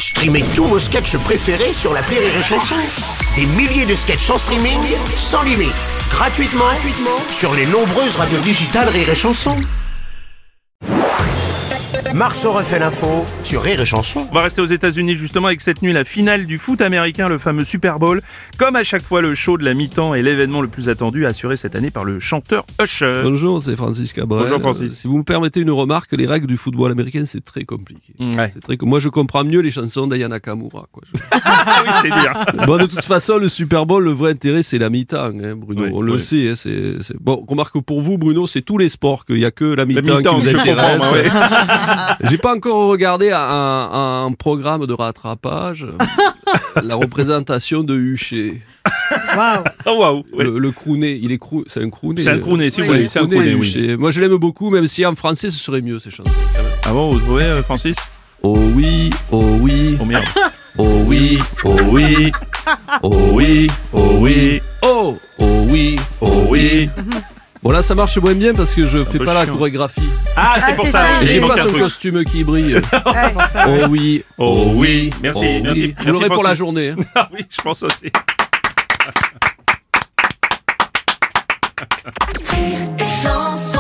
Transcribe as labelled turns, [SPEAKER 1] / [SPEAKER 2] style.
[SPEAKER 1] Streamez tous vos sketchs préférés sur l'appli Rire et Chanson. Des milliers de sketchs en streaming, sans limite, gratuitement sur les nombreuses radios digitales Rire et Chanson. Marceau refait l'info sur Rire et Chanson.
[SPEAKER 2] On va rester aux États-Unis justement avec cette nuit la finale du foot américain, le fameux Super Bowl. Comme à chaque fois, le show de la mi-temps est l'événement le plus attendu, assuré cette année par le chanteur Usher.
[SPEAKER 3] Bonjour, c'est Francis Cabrel.
[SPEAKER 2] Bonjour Francis.
[SPEAKER 3] Si vous me permettez une remarque, les règles du football américain, c'est très compliqué.
[SPEAKER 2] Ouais.
[SPEAKER 3] Moi, je comprends mieux les chansons d'Aya Nakamura.
[SPEAKER 2] Ah oui, c'est dire.
[SPEAKER 3] Bon, de toute façon, le Super Bowl, le vrai intérêt, c'est la mi-temps, hein, Bruno.
[SPEAKER 2] Oui,
[SPEAKER 3] on le sait. Hein, Bon, remarque que pour vous, Bruno, c'est tous les sports, qu'il n'y a que la mi-temps qui vous
[SPEAKER 2] je
[SPEAKER 3] intéresse.
[SPEAKER 2] comprends, ouais.
[SPEAKER 3] J'ai pas encore regardé un programme de rattrapage, la représentation de Huchet.
[SPEAKER 2] Oh waouh. Ouais.
[SPEAKER 3] Le crooné, c'est un crooné.
[SPEAKER 2] C'est un crooné, si vous
[SPEAKER 3] Oui,
[SPEAKER 2] voulez. C'est un crooné, oui.
[SPEAKER 3] Huchet. Moi, je l'aime beaucoup, même si en français, ce serait mieux, ces chansons. quand même.
[SPEAKER 2] Ah bon, vous trouvez, Francis?
[SPEAKER 3] Oh oui, oh oui,
[SPEAKER 2] Oh merde.
[SPEAKER 3] oh oui, oh oui, oh oui, oh oui, oh, oh oui, oh oui. Bon là ça marche moins bien parce que je fais
[SPEAKER 2] peu
[SPEAKER 3] pas la
[SPEAKER 2] chiant.
[SPEAKER 3] chorégraphie.
[SPEAKER 2] Ah, c'est pour
[SPEAKER 4] c'est
[SPEAKER 2] ça.
[SPEAKER 4] ça.
[SPEAKER 3] Et
[SPEAKER 2] Il
[SPEAKER 3] j'ai
[SPEAKER 2] manque
[SPEAKER 3] pas
[SPEAKER 2] un
[SPEAKER 3] son
[SPEAKER 2] truc.
[SPEAKER 3] costume qui brille.
[SPEAKER 4] Ouais, c'est ça.
[SPEAKER 3] Oh oui,
[SPEAKER 2] Oh oui. Merci,
[SPEAKER 3] oh oui.
[SPEAKER 2] merci.
[SPEAKER 3] Vous l'aurez pour la
[SPEAKER 2] Francis.
[SPEAKER 3] journée. Hein.
[SPEAKER 2] Ah oui, je pense aussi.
[SPEAKER 5] Rire et chanson.